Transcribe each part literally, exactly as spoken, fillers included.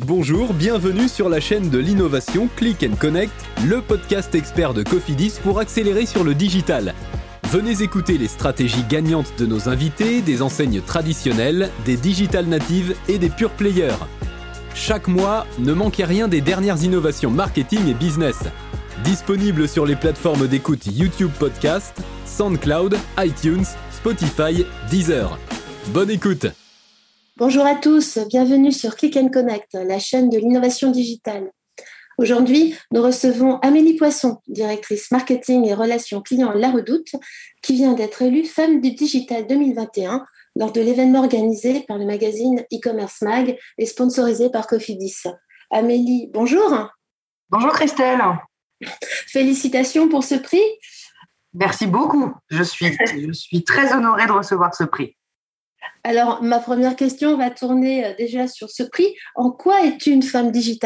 Bonjour, bienvenue sur la chaîne de l'innovation Click and Connect, le podcast expert de Cofidis pour accélérer sur le digital. Venez écouter les stratégies gagnantes de nos invités, des enseignes traditionnelles, des digital natives et des pure players. Chaque mois, ne manquez rien des dernières innovations marketing et business. Disponible sur les plateformes d'écoute YouTube Podcast, SoundCloud, iTunes, Spotify, Deezer. Bonne écoute! Bonjour à tous, bienvenue sur Click and Connect, la chaîne de l'innovation digitale. Aujourd'hui, nous recevons Amélie Poisson, directrice marketing et relations clients La Redoute, qui vient d'être élue Femme du Digital deux mille vingt et un lors de l'événement organisé par le magazine e-commerce mag et sponsorisé par Cofidis. Amélie, bonjour. Bonjour Christelle. Félicitations pour ce prix. Merci beaucoup. Je suis, je suis très honorée de recevoir ce prix. Alors, ma première question va tourner déjà sur ce prix. En quoi es-tu une femme digitale ?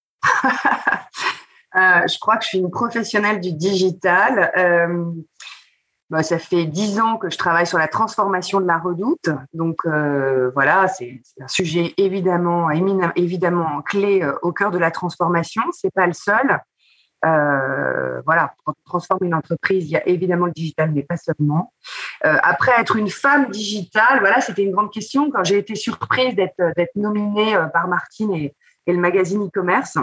euh, Je crois que je suis une professionnelle du digital. Euh, bah, ça fait dix ans que je travaille sur la transformation de La Redoute. Donc, euh, voilà, c'est, c'est un sujet évidemment, évidemment clé euh, au cœur de la transformation. Ce n'est pas le seul. Euh, voilà, pour transformer une entreprise, il y a évidemment le digital, mais pas seulement. Euh, après, être une femme digitale, voilà, c'était une grande question. Quand j'ai été surprise d'être, d'être nominée par Martine et, et le magazine e-commerce.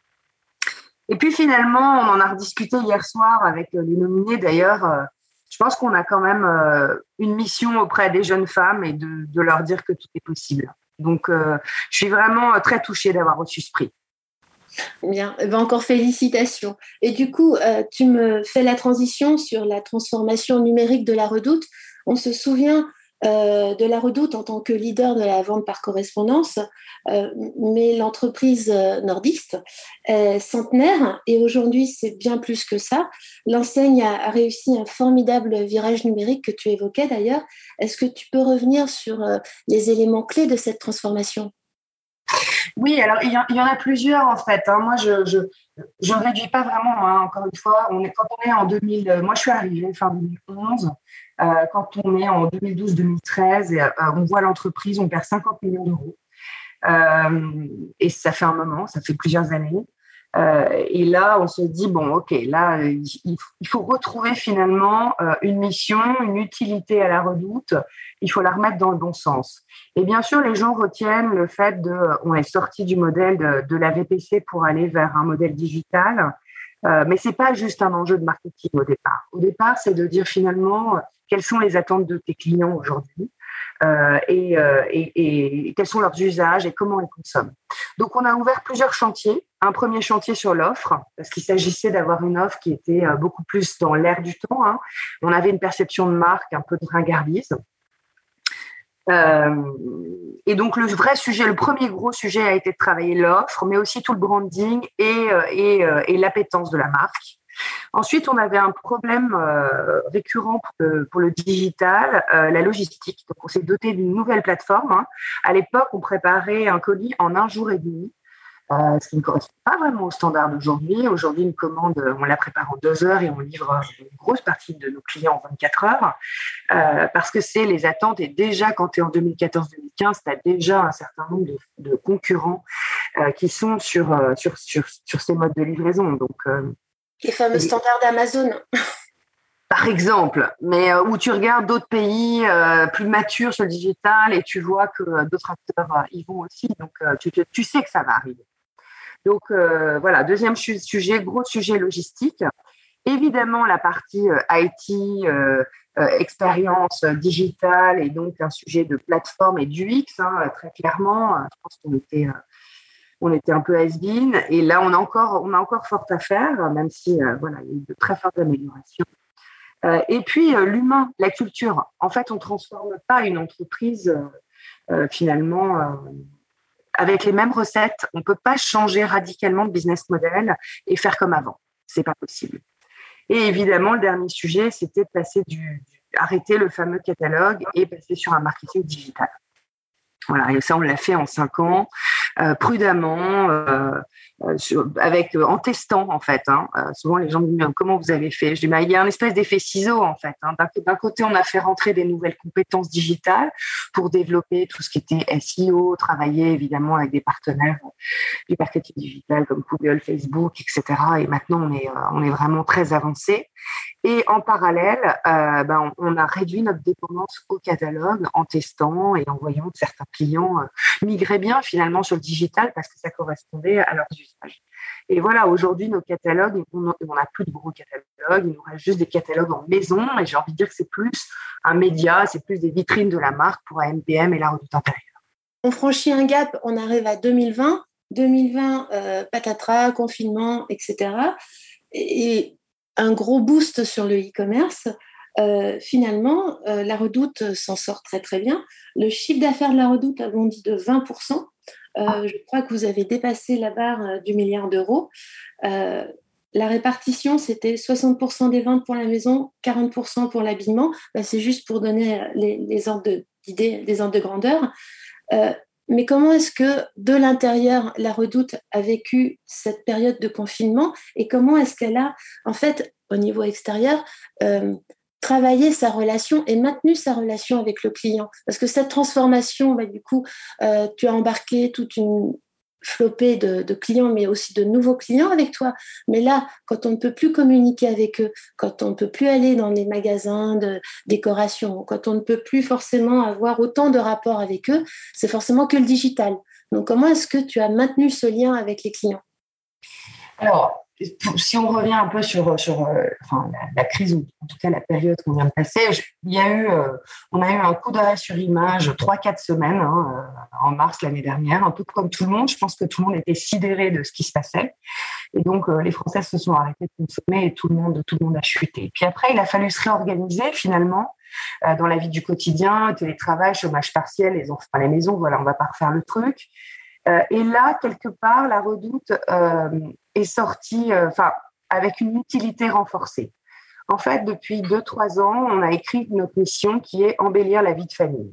Et puis finalement, on en a rediscuté hier soir avec les nominés. D'ailleurs, euh, je pense qu'on a quand même euh, une mission auprès des jeunes femmes et de, de leur dire que tout est possible. Donc, euh, je suis vraiment très touchée d'avoir reçu ce prix. Bien, eh bien encore félicitations. Et du coup, euh, tu me fais la transition sur la transformation numérique de La Redoute. On se souvient euh, de La Redoute en tant que leader de la vente par correspondance, euh, mais l'entreprise euh, nordiste est centenaire et aujourd'hui, c'est bien plus que ça. L'enseigne a, a réussi un formidable virage numérique que tu évoquais d'ailleurs. Est-ce que tu peux revenir sur euh, les éléments clés de cette transformation ? Oui, alors il y, en, il y en a plusieurs en fait. Hein. Moi, je je je ne réduis pas vraiment. Hein. Encore une fois, on est quand on est en deux mille. Moi, je suis arrivée fin deux mille onze. Euh, quand on est en deux mille douze deux mille treize, et, euh, on voit l'entreprise, on perd cinquante millions d'euros. Euh, et ça fait un moment, ça fait plusieurs années. Euh, et là, on se dit bon, ok, là, il, il faut retrouver finalement euh, une mission, une utilité à La Redoute. Il faut la remettre dans le bon sens. Et bien sûr, les gens retiennent le fait de, on est sorti du modèle de, de la V P C pour aller vers un modèle digital. Euh, mais c'est pas juste un enjeu de marketing au départ. Au départ, c'est de dire finalement quelles sont les attentes de tes clients aujourd'hui. Euh, et, euh, et, et quels sont leurs usages et comment ils consomment. Donc, on a ouvert plusieurs chantiers. Un premier chantier sur l'offre, parce qu'il s'agissait d'avoir une offre qui était beaucoup plus dans l'air du temps. Hein. On avait une perception de marque un peu de ringardise. Euh, et donc, le vrai sujet, le premier gros sujet a été de travailler l'offre, mais aussi tout le branding et, et, et l'appétence de la marque. Ensuite, on avait un problème euh, récurrent pour le, pour le digital, euh, la logistique. Donc, on s'est doté d'une nouvelle plateforme. Hein. À l'époque, on préparait un colis en un jour et demi, euh, ce qui ne correspond pas vraiment aux standards d'aujourd'hui. Aujourd'hui, une commande, on la prépare en deux heures et on livre une grosse partie de nos clients en vingt-quatre heures, euh, parce que c'est les attentes. Et déjà, quand tu es en deux mille quatorze deux mille quinze, tu as déjà un certain nombre de, de concurrents euh, qui sont sur, euh, sur, sur, sur ces modes de livraison. Donc, euh, les fameux standards d'Amazon. Par exemple, mais euh, où tu regardes d'autres pays euh, plus matures sur le digital et tu vois que euh, d'autres acteurs euh, y vont aussi. Donc, euh, tu, tu sais que ça va arriver. Donc, euh, voilà, deuxième sujet, gros sujet logistique. Évidemment, la partie euh, I T, euh, euh, expérience digitale et donc un sujet de plateforme et d'U X, hein, très clairement. Euh, je pense qu'on était... Euh, On était un peu has-been et là, on a encore, on a encore fort à faire, même si euh, voilà, il y a eu de très fortes améliorations. Euh, et puis, euh, l'humain, la culture. En fait, on ne transforme pas une entreprise euh, euh, finalement euh, avec les mêmes recettes. On ne peut pas changer radicalement de business model et faire comme avant. Ce n'est pas possible. Et évidemment, le dernier sujet, c'était de passer du, du arrêter le fameux catalogue et passer sur un marketing digital. Voilà, et ça, on l'a fait en cinq ans. euh, prudemment, euh, euh, sur, avec, euh, en testant en fait. Hein. Euh, souvent les gens me disent comment vous avez fait. Je dis bah, il y a un espèce d'effet ciseau en fait. Hein. D'un, d'un côté on a fait rentrer des nouvelles compétences digitales pour développer tout ce qui était S E O, travailler évidemment avec des partenaires du marketing digital comme Google, Facebook, et cetera. Et maintenant on est, euh, on est vraiment très avancé. Et en parallèle, euh, ben, on, on a réduit notre dépendance au catalogue en testant et en voyant que certains clients euh, migraient bien finalement sur le digital parce que ça correspondait à leurs usages. Et voilà, aujourd'hui, nos catalogues, on n'a plus de gros catalogues, il nous reste juste des catalogues en maison. Et j'ai envie de dire que c'est plus un média, c'est plus des vitrines de la marque pour A M P M et la Redoute intérieure. On franchit un gap, on arrive à deux mille vingt. deux mille vingt, euh, patatras, confinement, et cetera. Et un gros boost sur le e-commerce. Euh, finalement, euh, la Redoute s'en sort très très bien. Le chiffre d'affaires de la Redoute a bondi de vingt pour cent. Euh, je crois que vous avez dépassé la barre euh, du milliard d'euros. Euh, la répartition, c'était soixante pour cent des ventes pour la maison, quarante pour cent pour l'habillement. Ben, c'est juste pour donner les, les ordres de, d'idées, les ordres de grandeur. Euh, Mais comment est-ce que, de l'intérieur, la Redoute a vécu cette période de confinement et comment est-ce qu'elle a, en fait, au niveau extérieur, euh, travaillé sa relation et maintenu sa relation avec le client? Parce que cette transformation, bah, du coup, euh, tu as embarqué toute une flopée de, de clients, mais aussi de nouveaux clients avec toi. Mais là, quand on ne peut plus communiquer avec eux, quand on ne peut plus aller dans les magasins de décoration, quand on ne peut plus forcément avoir autant de rapports avec eux, c'est forcément que le digital. Donc, comment est-ce que tu as maintenu ce lien avec les clients? Alors, si on revient un peu sur, sur euh, enfin, la, la crise, ou en tout cas la période qu'on vient de passer, je, il y a eu, euh, on a eu un coup d'arrêt sur image trois quatre semaines, hein, euh, en mars l'année dernière, un peu comme tout le monde. Je pense que tout le monde était sidéré de ce qui se passait. Et donc, euh, les Français se sont arrêtés de consommer et tout le monde, tout le monde a chuté. Puis après, il a fallu se réorganiser finalement euh, dans la vie du quotidien, télétravail, chômage partiel, les enfants à la maison, voilà, on ne va pas refaire le truc. Euh, et là, quelque part, la Redoute euh, est sortie euh, avec une utilité renforcée. En fait, depuis deux trois ans, on a écrit notre mission qui est embellir la vie de famille.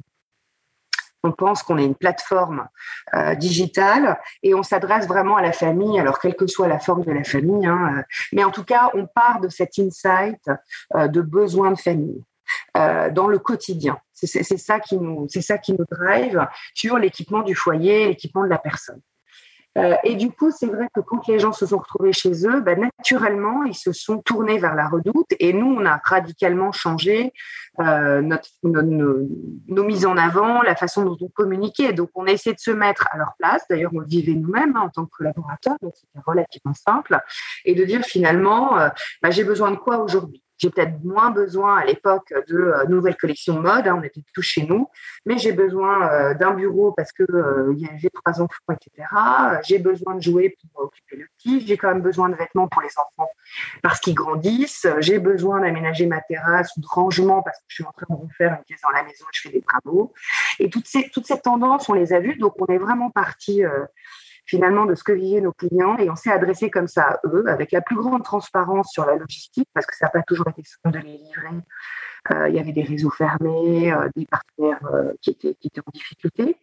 On pense qu'on est une plateforme euh, digitale et on s'adresse vraiment à la famille, alors quelle que soit la forme de la famille. Hein, euh, mais en tout cas, on part de cet insight euh, de besoin de famille. Euh, dans le quotidien. C'est, c'est, c'est, ça qui nous, c'est ça qui nous drive sur l'équipement du foyer, l'équipement de la personne. Euh, et du coup, c'est vrai que quand les gens se sont retrouvés chez eux, ben, naturellement, ils se sont tournés vers la Redoute et nous, on a radicalement changé euh, notre, nos, nos, nos mises en avant, la façon dont on communiquait. Donc, on a essayé de se mettre à leur place. D'ailleurs, on le vivait nous-mêmes hein, en tant que collaborateurs, donc c'était relativement simple. Et de dire finalement, euh, ben, j'ai besoin de quoi aujourd'hui ? J'ai peut-être moins besoin à l'époque de euh, nouvelles collections de mode, hein, on était tous chez nous, mais j'ai besoin euh, d'un bureau parce que euh, j'ai trois enfants, et cetera. J'ai besoin de jouets pour occuper le petit, j'ai quand même besoin de vêtements pour les enfants parce qu'ils grandissent, j'ai besoin d'aménager ma terrasse ou de rangement parce que je suis en train de refaire une pièce dans la maison et je fais des travaux. Et toutes ces, toutes ces tendances, on les a vues, donc on est vraiment parti... Euh, finalement de ce que vivaient nos clients et on s'est adressé comme ça à eux avec la plus grande transparence sur la logistique parce que ça n'a pas toujours été simple de les livrer. Euh, il y avait des réseaux fermés, euh, des partenaires euh, qui, étaient, qui étaient en difficulté.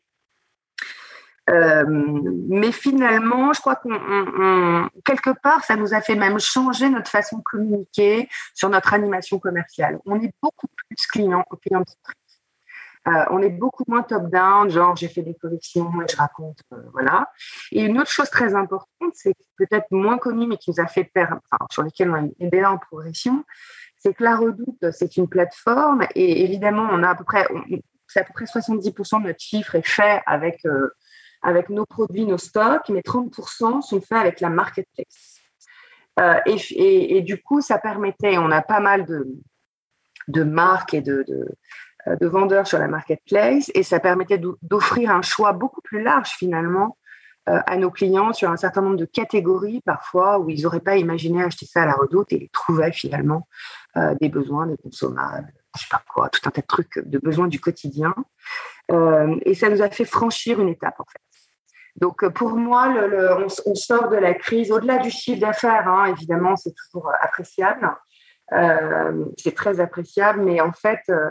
Euh, mais finalement, je crois qu'on on, on, quelque part, ça nous a fait même changer notre façon de communiquer sur notre animation commerciale. On est beaucoup plus client, client centrique. Euh, on est beaucoup moins top-down, genre j'ai fait des collections et je raconte, euh, voilà. Et une autre chose très importante, c'est peut-être moins connue, mais qui nous a fait perdre, enfin, sur lesquelles on a une belle en progression, c'est que la Redoute, c'est une plateforme et évidemment, on a à peu près, on, c'est à peu près soixante-dix pour cent de notre chiffre est fait avec, euh, avec nos produits, nos stocks, mais trente pour cent sont faits avec la marketplace. Euh, et, et, et du coup, ça permettait, on a pas mal de, de marques et de, de de vendeurs sur la marketplace et ça permettait d'offrir un choix beaucoup plus large finalement euh, à nos clients sur un certain nombre de catégories parfois où ils n'auraient pas imaginé acheter ça à la Redoute et ils trouvaient finalement euh, des besoins, des consommables, je sais pas quoi, tout un tas de trucs, de besoins du quotidien euh, et ça nous a fait franchir une étape en fait. Donc pour moi, le, le, on, on sort de la crise au-delà du chiffre d'affaires, hein, évidemment c'est toujours appréciable, euh, c'est très appréciable, mais en fait euh,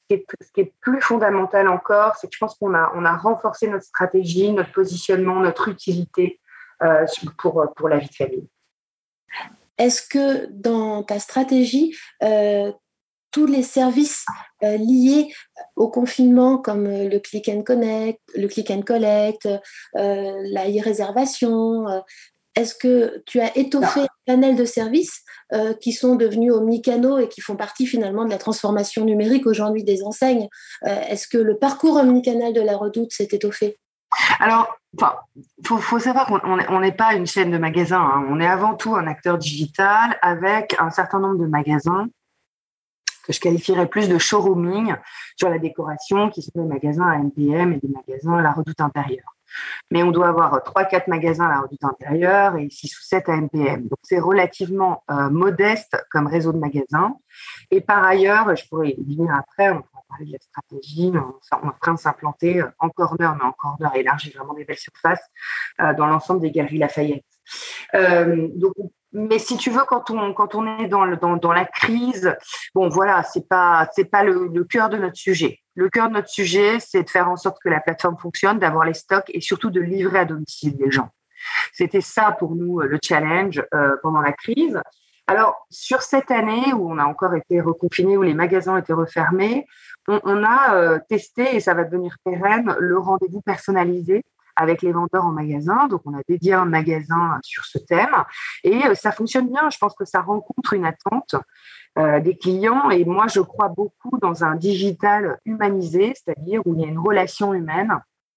qui est, ce qui est plus fondamental encore, c'est que je pense qu'on a, on a renforcé notre stratégie, notre positionnement, notre utilité euh, pour, pour la vie de famille. Est-ce que dans ta stratégie, euh, tous les services euh, liés au confinement, comme euh, le click and connect, le click and collect, euh, la e-réservation, euh, est-ce que tu as étoffé un panel de services euh, qui sont devenus omnicanaux et qui font partie finalement de la transformation numérique aujourd'hui des enseignes? euh, Est-ce que le parcours omnicanal de la Redoute s'est étoffé? Alors, enfin, faut, faut savoir qu'on n'est pas une chaîne de magasins. Hein. On est avant tout un acteur digital avec un certain nombre de magasins que je qualifierais plus de showrooming sur la décoration, qui sont des magasins à M P M et des magasins à la Redoute intérieure. Mais on doit avoir trois quatre magasins à la Redoute intérieure et six ou sept à M P M. Donc, c'est relativement euh, modeste comme réseau de magasins. Et par ailleurs, je pourrais y venir après, on pourra parler de la stratégie. On, on est en train de s'implanter en corner, mais en corner élargi, vraiment des belles surfaces euh, dans l'ensemble des galeries Lafayette. Euh, donc, mais si tu veux, quand on, quand on est dans, le, dans, dans la crise, bon, voilà, c'est pas, c'est pas le, le cœur de notre sujet. Le cœur de notre sujet, c'est de faire en sorte que la plateforme fonctionne, d'avoir les stocks et surtout de livrer à domicile les gens. C'était ça pour nous le challenge euh, pendant la crise. Alors, sur cette année où on a encore été reconfinés, où les magasins étaient refermés, on, on a euh, testé, et ça va devenir pérenne, le rendez-vous personnalisé avec les vendeurs en magasin. Donc, on a dédié un magasin sur ce thème et euh, ça fonctionne bien. Je pense que ça rencontre une attente euh, des clients et moi, je crois beaucoup dans un digital humanisé, c'est-à-dire où il y a une relation humaine.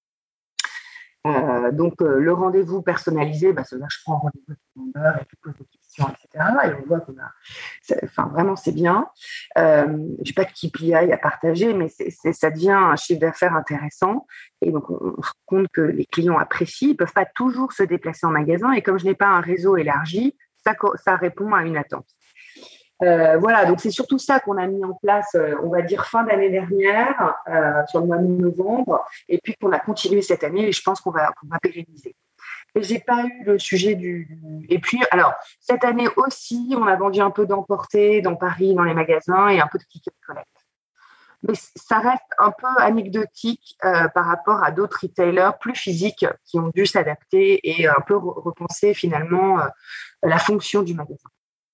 Euh, donc, euh, le rendez-vous personnalisé, bah, c'est là je prends rendez-vous avec le vendeur et je pose des questions, et cetera. Et on voit qu'on a... C'est, enfin, vraiment, c'est bien. Euh, je n'ai pas de K P I à partager, mais c'est, c'est, ça devient un chiffre d'affaires intéressant. Et donc, on, on se rend compte que les clients apprécient. Ils ne peuvent pas toujours se déplacer en magasin. Et comme je n'ai pas un réseau élargi, ça, ça répond à une attente. Euh, voilà, donc c'est surtout ça qu'on a mis en place, euh, on va dire fin d'année dernière, euh, sur le mois de novembre, et puis qu'on a continué cette année, et je pense qu'on va, qu'on va pérenniser. Et j'ai pas eu le sujet du. Et puis, alors cette année aussi, on a vendu un peu d'emporter dans Paris, dans les magasins, et un peu de click and collect. Mais ça reste un peu anecdotique euh, par rapport à d'autres retailers plus physiques qui ont dû s'adapter et un peu repenser finalement euh, la fonction du magasin.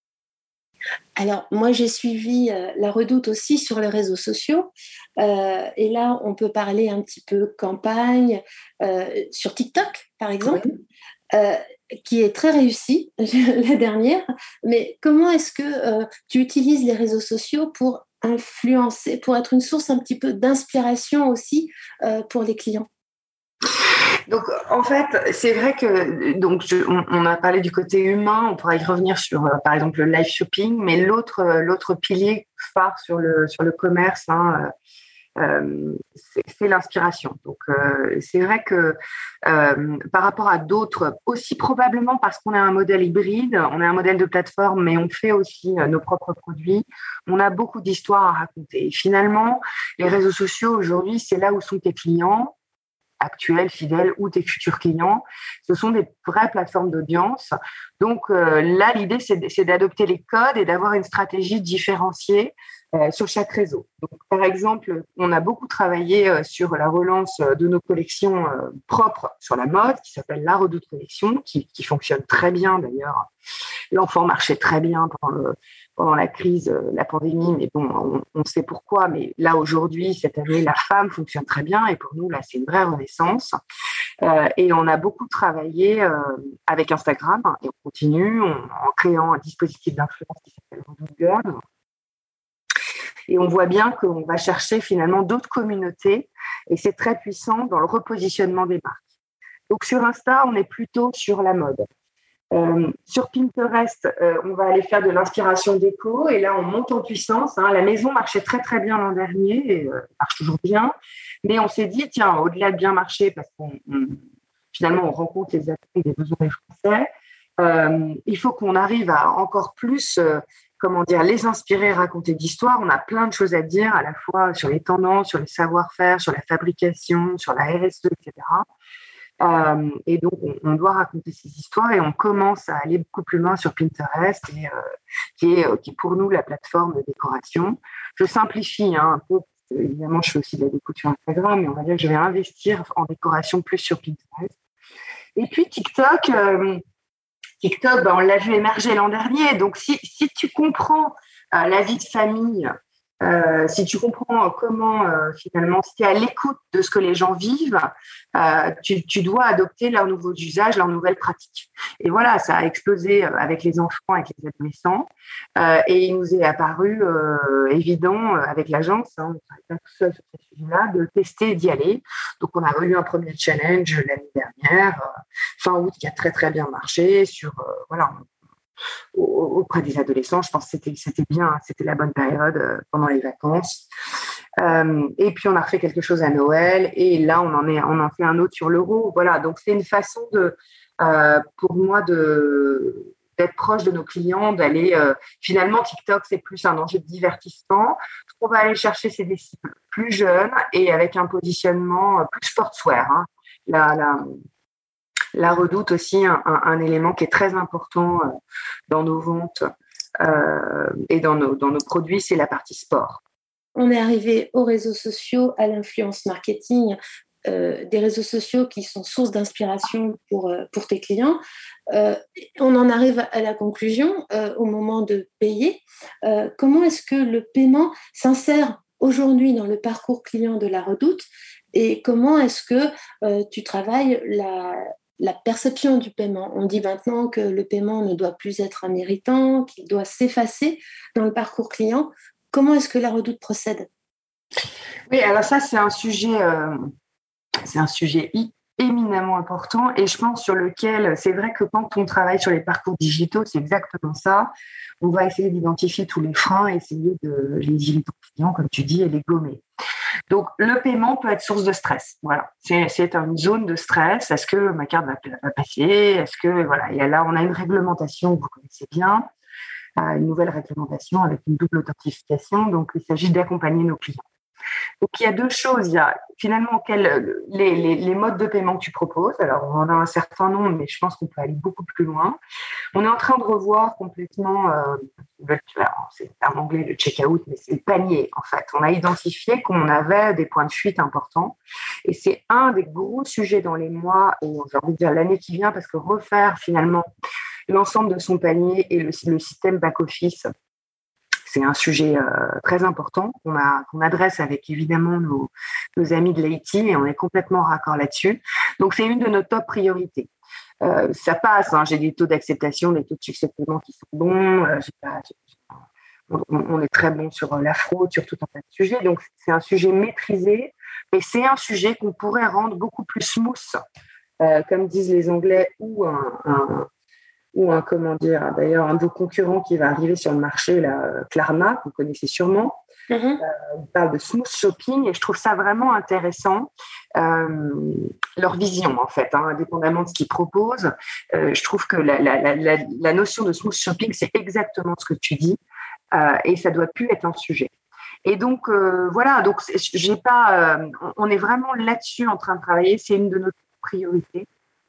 Alors, moi, j'ai suivi euh, la Redoute aussi sur les réseaux sociaux. Euh, et là, on peut parler un petit peu campagne euh, sur TikTok, par exemple, oui. euh, qui est très réussie, la dernière. Mais comment est-ce que euh, tu utilises les réseaux sociaux pour influencer, pour être une source un petit peu d'inspiration aussi euh, pour les clients ? Donc, en fait, c'est vrai que donc je, on, on a parlé du côté humain, on pourra y revenir sur, euh, par exemple, le live shopping, mais l'autre, euh, l'autre pilier phare sur le, sur le commerce, hein, euh, c'est, c'est l'inspiration. Donc, euh, c'est vrai que euh, par rapport à d'autres, aussi probablement parce qu'on a un modèle hybride, on a un modèle de plateforme, mais on fait aussi euh, nos propres produits, on a beaucoup d'histoires à raconter. Et finalement, les réseaux sociaux, aujourd'hui, c'est là où sont tes clients, actuels, fidèles ou tes futurs clients. Ce sont des vraies plateformes d'audience. Donc euh, là, l'idée, c'est, c'est d'adopter les codes et d'avoir une stratégie différenciée euh, sur chaque réseau. Donc, par exemple, on a beaucoup travaillé euh, sur la relance de nos collections euh, propres sur la mode, qui s'appelle la Redoute Collection, qui, qui fonctionne très bien d'ailleurs. L'enfant marchait très bien pendant, le, pendant la crise, euh, la pandémie, mais bon, on, on sait pourquoi. Mais là, aujourd'hui, cette année, la femme fonctionne très bien et pour nous, là, c'est une vraie renaissance. Euh, et on a beaucoup travaillé euh, avec Instagram et on continue on, en créant un dispositif d'influence qui s'appelle Redoute Girl. Et on voit bien qu'on va chercher finalement d'autres communautés et c'est très puissant dans le repositionnement des marques. Donc sur Insta, on est plutôt sur la mode. Euh, sur Pinterest, euh, on va aller faire de l'inspiration déco et là, on monte en puissance. Hein. La maison marchait très, très bien l'an dernier et euh, marche toujours bien. Mais on s'est dit, tiens, au-delà de bien marcher, parce qu'on on, finalement, on rencontre les attentes et les besoins des Français, euh, il faut qu'on arrive à encore plus... Euh, comment dire, les inspirer, raconter d'histoires. On a plein de choses à dire, à la fois sur les tendances, sur les savoir-faire, sur la fabrication, sur la R S E, et cetera. Euh, et donc, on, on doit raconter ces histoires et on commence à aller beaucoup plus loin sur Pinterest, et, euh, qui, est, qui est pour nous la plateforme de décoration. Je simplifie hein, un peu, évidemment, je fais aussi de la déco sur Instagram, mais on va dire que je vais investir en décoration plus sur Pinterest. Et puis TikTok, euh, TikTok, ben, on l'a vu émerger l'an dernier. Donc, si, si tu comprends euh, la vie de famille, euh, si tu comprends comment, euh, finalement, si tu es à l'écoute de ce que les gens vivent, euh, tu, tu dois adopter leurs nouveaux usages, leurs nouvelles pratiques. Et voilà, ça a explosé avec les enfants, avec les adolescents. Euh, et il nous est apparu euh, évident, euh, avec l'agence, hein, on ne travaille pas tout seul sur ce sujet-là, de tester et d'y aller. Donc, on a eu un premier challenge l'année dernière, euh, fin août, qui a très, très bien marché sur, euh, voilà, auprès des adolescents. Je pense que c'était, c'était bien, c'était la bonne période euh, pendant les vacances. Euh, et puis, on a refait quelque chose à Noël. Et là, on en, est, on en fait un autre sur l'euro. Voilà, donc c'est une façon de, euh, pour moi de, d'être proche de nos clients, d'aller… Euh, finalement, TikTok, c'est plus un enjeu de divertissement. Ce qu'on va aller chercher, c'est des cibles plus jeunes et avec un positionnement plus sportswear. Hein. La, la, La Redoute aussi, un, un, un élément qui est très important euh, dans nos ventes euh, et dans nos, dans nos produits, c'est la partie sport. On est arrivé aux réseaux sociaux, à l'influence marketing, euh, des réseaux sociaux qui sont source d'inspiration pour, euh, pour tes clients. Euh, on en arrive à la conclusion, euh, au moment de payer. Euh, comment est-ce que le paiement s'insère aujourd'hui dans le parcours client de La Redoute et comment est-ce que euh, tu travailles la la perception du paiement? On dit maintenant que le paiement ne doit plus être un irritant, qu'il doit s'effacer dans le parcours client. Comment est-ce que La Redoute procède? Oui, alors ça, c'est un sujet, euh, c'est un sujet éminemment important et je pense sur lequel, c'est vrai que quand on travaille sur les parcours digitaux, c'est exactement ça. On va essayer d'identifier tous les freins, essayer de les irritants clients, comme tu dis, et les gommer. Donc, le paiement peut être source de stress. Voilà, c'est, c'est une zone de stress. Est-ce que ma carte va, va passer? Est-ce que voilà, et là, on a une réglementation que vous connaissez bien, une nouvelle réglementation avec une double authentification. Donc, il s'agit d'accompagner nos clients. Donc, il y a deux choses. Il y a finalement quel, les, les, les modes de paiement que tu proposes. Alors, on en a un certain nombre, mais je pense qu'on peut aller beaucoup plus loin. On est en train de revoir complètement, euh, c'est en anglais le check-out, mais c'est le panier, en fait. On a identifié qu'on avait des points de fuite importants. Et c'est un des gros sujets dans les mois, et j'ai envie de dire l'année qui vient, parce que refaire finalement l'ensemble de son panier et le, le système back-office, c'est un sujet euh, très important qu'on, a, qu'on adresse avec évidemment nos, nos amis de l'I T et on est complètement raccord là-dessus. Donc, c'est une de nos top priorités. Euh, ça passe, hein, j'ai des taux d'acceptation, des taux de succès de paiement qui sont bons. Euh, j'ai pas, j'ai, on, on est très bon sur la fraude, sur tout un tas de sujets. Donc, c'est un sujet maîtrisé et c'est un sujet qu'on pourrait rendre beaucoup plus smooth, euh, comme disent les Anglais, ou un… un ou un, comment dire, d'ailleurs, un de vos concurrents qui va arriver sur le marché, là, Klarna, que vous connaissez sûrement, mm-hmm. euh, il parle de smooth shopping et je trouve ça vraiment intéressant, euh, leur vision, en fait, hein, indépendamment de ce qu'ils proposent. Euh, je trouve que la, la, la, la notion de smooth shopping, c'est exactement ce que tu dis euh, et ça ne doit plus être un sujet. Et donc, euh, voilà, donc, j'ai pas, euh, on est vraiment là-dessus en train de travailler, c'est une de nos priorités.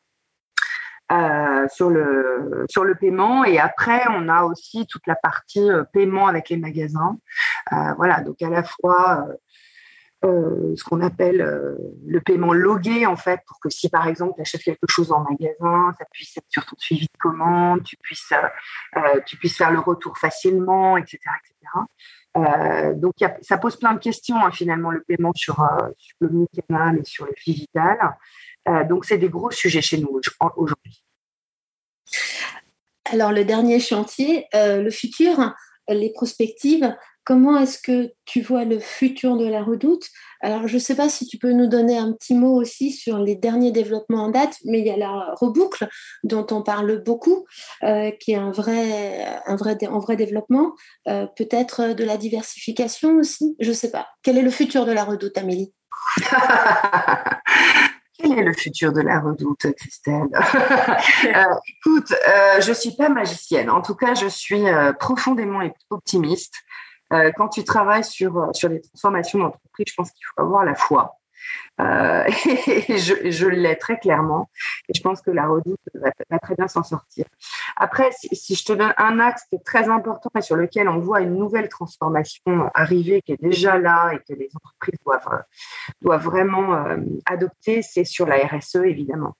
Euh, sur le sur le paiement et après on a aussi toute la partie euh, paiement avec les magasins euh, voilà donc à la fois euh, euh, ce qu'on appelle euh, le paiement logué en fait pour que si par exemple tu achètes quelque chose en magasin ça puisse être sur ton suivi de commande, tu puisses euh, tu puisses faire le retour facilement, etc etc euh, donc y a, ça pose plein de questions hein, finalement le paiement sur, euh, sur le multicanal et sur le digital. Euh, donc, c'est des gros sujets chez nous aujourd'hui. Alors, le dernier chantier, euh, le futur, les prospectives, comment est-ce que tu vois le futur de La Redoute? Alors, je ne sais pas si tu peux nous donner un petit mot aussi sur les derniers développements en date, mais il y a la reboucle dont on parle beaucoup, euh, qui est un vrai, un vrai, un vrai développement. Euh, peut-être de la diversification aussi, je ne sais pas. Quel est le futur de La Redoute, Amélie? Quel est le futur de La Redoute, Christelle? euh, Écoute, euh, je ne suis pas magicienne. En tout cas, je suis euh, profondément optimiste. Euh, quand tu travailles sur, sur les transformations d'entreprise, je pense qu'il faut avoir la foi. Euh, et je, je l'ai très clairement. Et je pense que la Redoute va, va très bien s'en sortir. Après, si, si je te donne un axe qui est très important et sur lequel on voit une nouvelle transformation arriver, qui est déjà là et que les entreprises doivent, doivent vraiment euh, adopter, c'est sur la R S E, évidemment.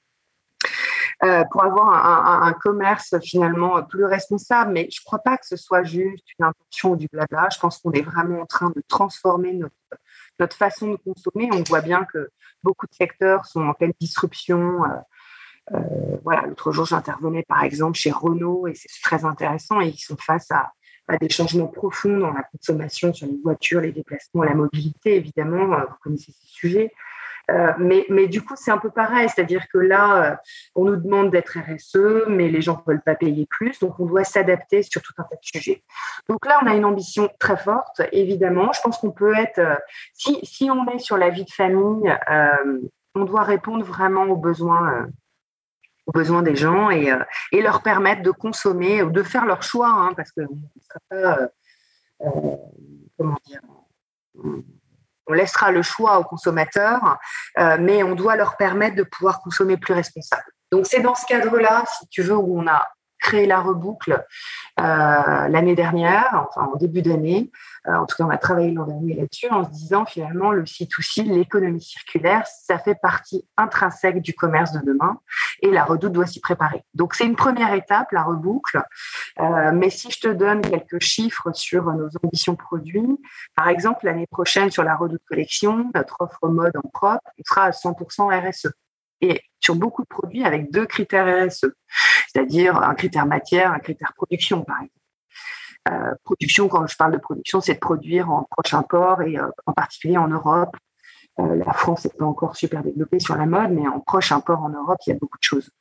Euh, pour avoir un, un, un commerce finalement plus responsable, mais je ne crois pas que ce soit juste une intention ou du blabla. Je pense qu'on est vraiment en train de transformer notre, notre façon de consommer. On voit bien que beaucoup de secteurs sont en pleine disruption. Euh, euh, voilà, l'autre jour, j'intervenais par exemple chez Renault et c'est très intéressant et ils sont face à, à des changements profonds dans la consommation sur les voitures, les déplacements, la mobilité, évidemment. Vous connaissez ces sujets. Euh, mais, mais du coup, c'est un peu pareil, c'est-à-dire que là, euh, on nous demande d'être R S E, mais les gens ne veulent pas payer plus, donc on doit s'adapter sur tout un tas de sujets. Donc là, on a une ambition très forte, évidemment. Je pense qu'on peut être, euh, si, si on est sur la vie de famille, euh, on doit répondre vraiment aux besoins, euh, aux besoins des gens et, euh, et leur permettre de consommer ou de faire leur choix, hein, parce qu'on ne sera pas, euh, euh, comment dire, on laissera le choix aux consommateurs, euh, mais on doit leur permettre de pouvoir consommer plus responsable. Donc, c'est dans ce cadre-là, si tu veux, où on a créé la Reboucle euh, l'année dernière, enfin en début d'année. Euh, en tout cas, on a travaillé l'an dernier là-dessus en se disant finalement le C deux C, l'économie circulaire, ça fait partie intrinsèque du commerce de demain et la Redoute doit s'y préparer. Donc, c'est une première étape, la Reboucle. Euh, mais si je te donne quelques chiffres sur nos ambitions produits, par exemple, l'année prochaine sur la Redoute Collection, notre offre mode en propre, on sera à cent pour cent R S E. Et sur beaucoup de produits avec deux critères R S E, c'est-à-dire un critère matière, un critère production, par exemple. Euh, production, quand je parle de production, c'est de produire en proche import et euh, en particulier en Europe. Euh, la France n'est pas encore super développée sur la mode, mais en proche import en Europe, il y a beaucoup de choses.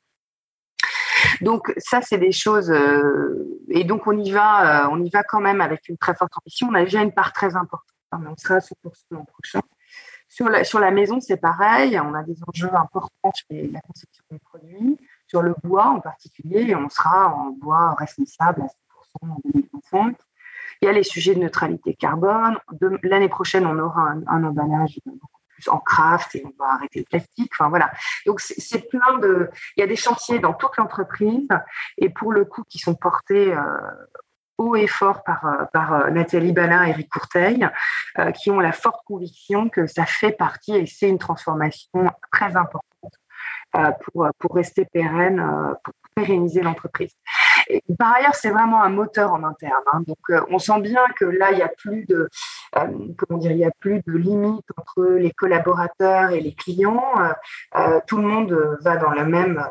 Donc ça, c'est des choses, euh, et donc on y va, euh, on y va quand même avec une très forte ambition. On a déjà une part très importante, hein, mais on sera à cent pour cent l'an prochain. Sur la, sur la maison, c'est pareil. On a des enjeux importants sur les, la conception des produits. Sur le bois en particulier, on sera en bois responsable à cent pour cent en deux mille vingt-cinq. Il y a les sujets de neutralité carbone. De, l'année prochaine, on aura un, un emballage beaucoup plus en craft et on va arrêter le plastique. Enfin, voilà. Donc, c'est, c'est plein de... Il y a des chantiers dans toute l'entreprise et pour le coup, qui sont portés... Euh, haut et fort par, par Nathalie Balin et Eric Courteil, euh, qui ont la forte conviction que ça fait partie et c'est une transformation très importante euh, pour, pour rester pérenne, euh, pour pérenniser l'entreprise. Et par ailleurs, c'est vraiment un moteur en interne. Hein. Donc, euh, on sent bien que là, il n'y a plus de, euh, comment dire, il y a plus de limite entre les collaborateurs et les clients. Euh, euh, tout le monde va dans le même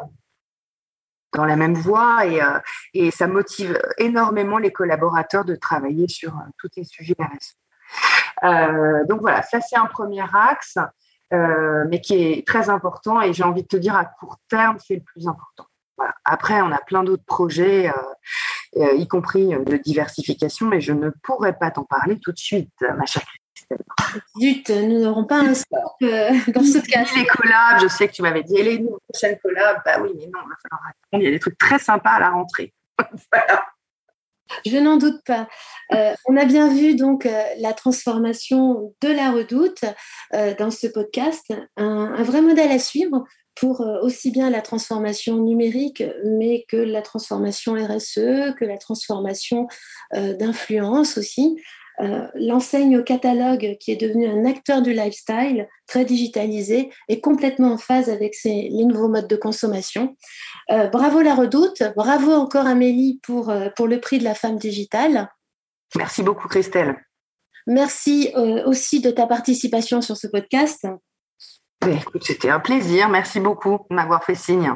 dans la même voie et, euh, et ça motive énormément les collaborateurs de travailler sur euh, tous les sujets R S E. Euh, donc voilà, ça c'est un premier axe, euh, mais qui est très important et j'ai envie de te dire à court terme, c'est le plus important. Voilà. Après, on a plein d'autres projets, euh, euh, y compris de diversification, mais je ne pourrais pas t'en parler tout de suite, ma chère Christelle. Zut, nous n'aurons pas un stop euh, dans ce cas. Les collabs, je sais que tu m'avais dit, et les prochaines collabs, bah oui, mais non, il va falloir attendre. Il y a des trucs très sympas à la rentrée. Voilà. Je n'en doute pas. Euh, on a bien vu donc euh, la transformation de la Redoute euh, dans ce podcast, un, un vrai modèle à suivre pour euh, aussi bien la transformation numérique, mais que la transformation R S E, que la transformation euh, d'influence aussi. Euh, l'enseigne au catalogue qui est devenu un acteur du lifestyle très digitalisé et complètement en phase avec ses, les nouveaux modes de consommation. Euh, bravo la Redoute, bravo encore Amélie pour, euh, pour le prix de la femme digitale. Merci beaucoup Christelle. Merci euh, aussi de ta participation sur ce podcast. Oui, écoute, c'était un plaisir, merci beaucoup de m'avoir fait signe.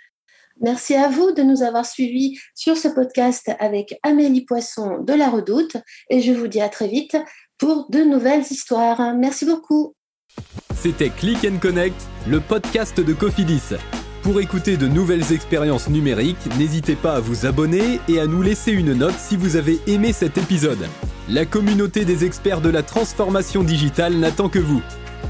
Merci à vous de nous avoir suivis sur ce podcast avec Amélie Poisson de la Redoute et je vous dis à très vite pour de nouvelles histoires. Merci beaucoup. C'était Click and Connect, le podcast de Cofidis. Pour écouter de nouvelles expériences numériques, n'hésitez pas à vous abonner et à nous laisser une note si vous avez aimé cet épisode. La communauté des experts de la transformation digitale n'attend que vous.